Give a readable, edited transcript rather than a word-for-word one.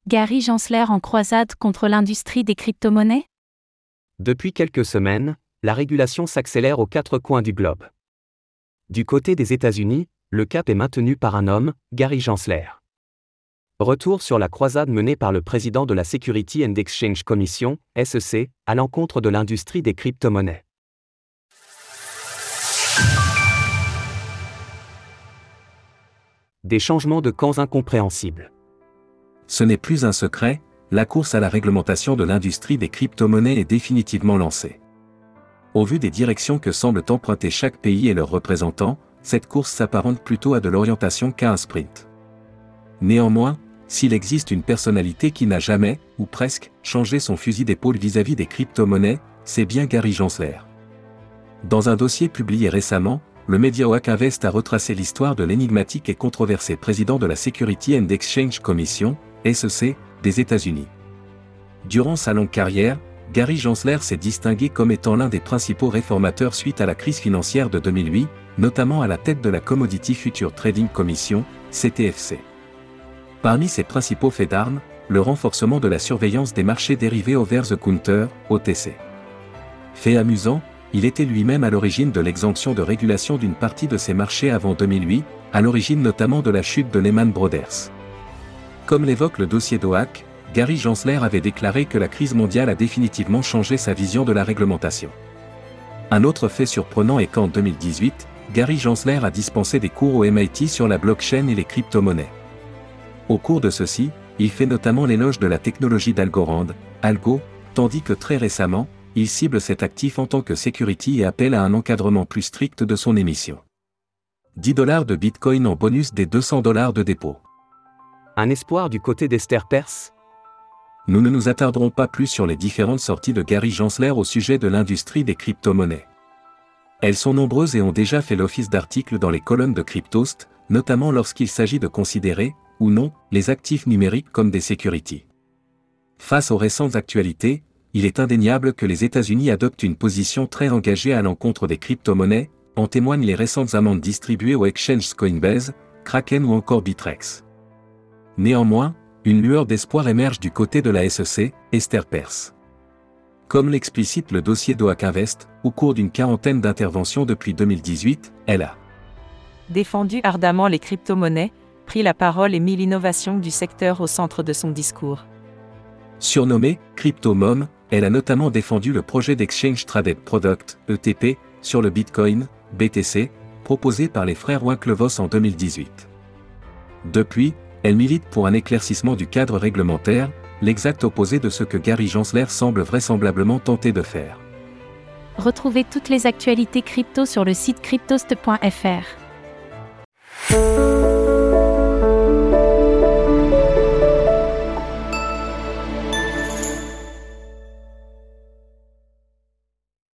Gary Gensler en croisade contre l'industrie des crypto-monnaies? Depuis quelques semaines, la régulation s'accélère aux quatre coins du globe. Du côté des États-Unis, le cap est maintenu par un homme, Gary Gensler. Retour sur la croisade menée par le président de la Securities and Exchange Commission, SEC, à l'encontre de l'industrie des crypto-monnaies. Des changements de camps incompréhensibles. Ce n'est plus un secret, la course à la réglementation de l'industrie des crypto-monnaies est définitivement lancée. Au vu des directions que semblent emprunter chaque pays et leurs représentants, cette course s'apparente plutôt à de l'orientation qu'à un sprint. Néanmoins, s'il existe une personnalité qui n'a jamais, ou presque, changé son fusil d'épaule vis-à-vis des crypto-monnaies, c'est bien Gary Gensler. Dans un dossier publié récemment, le média Oak Invest a retracé l'histoire de l'énigmatique et controversé président de la Securities and Exchange Commission, SEC, des États-Unis. Durant sa longue carrière, Gary Gensler s'est distingué comme étant l'un des principaux réformateurs suite à la crise financière de 2008, notamment à la tête de la Commodity Futures Trading Commission, CTFC. Parmi ses principaux faits d'armes, le renforcement de la surveillance des marchés dérivés over-the-counter, OTC. Fait amusant, il était lui-même à l'origine de l'exemption de régulation d'une partie de ces marchés avant 2008, à l'origine notamment de la chute de Lehman Brothers. Comme l'évoque le dossier d'OAK, Gary Gensler avait déclaré que la crise mondiale a définitivement changé sa vision de la réglementation. Un autre fait surprenant est qu'en 2018, Gary Gensler a dispensé des cours au MIT sur la blockchain et les crypto-monnaies. Au cours de ceux-ci, il fait notamment l'éloge de la technologie d'Algorand, Algo, tandis que très récemment, il cible cet actif en tant que security et appelle à un encadrement plus strict de son émission. $10 de Bitcoin en bonus des $200 de dépôt. Un espoir du côté d'Esther Perse? Nous ne nous attarderons pas plus sur les différentes sorties de Gary Gensler au sujet de l'industrie des crypto-monnaies. Elles sont nombreuses et ont déjà fait l'office d'articles dans les colonnes de Cryptost, notamment lorsqu'il s'agit de considérer, ou non, les actifs numériques comme des securities. Face aux récentes actualités, il est indéniable que les États-Unis adoptent une position très engagée à l'encontre des crypto-monnaies, en témoignent les récentes amendes distribuées aux exchanges Coinbase, Kraken ou encore Bittrex. Néanmoins, une lueur d'espoir émerge du côté de la SEC, Esther Perse. Comme l'explicite le dossier d'Oak Invest, au cours d'une quarantaine d'interventions depuis 2018, elle a défendu ardemment les crypto-monnaies, pris la parole et mis l'innovation du secteur au centre de son discours. Surnommée « Crypto-Mom », elle a notamment défendu le projet d'Exchange Traded Product, ETP, sur le Bitcoin, BTC, proposé par les frères Winklevoss en 2018. Depuis, elle milite pour un éclaircissement du cadre réglementaire, l'exact opposé de ce que Gary Gensler semble vraisemblablement tenter de faire. Retrouvez toutes les actualités crypto sur le site cryptost.fr.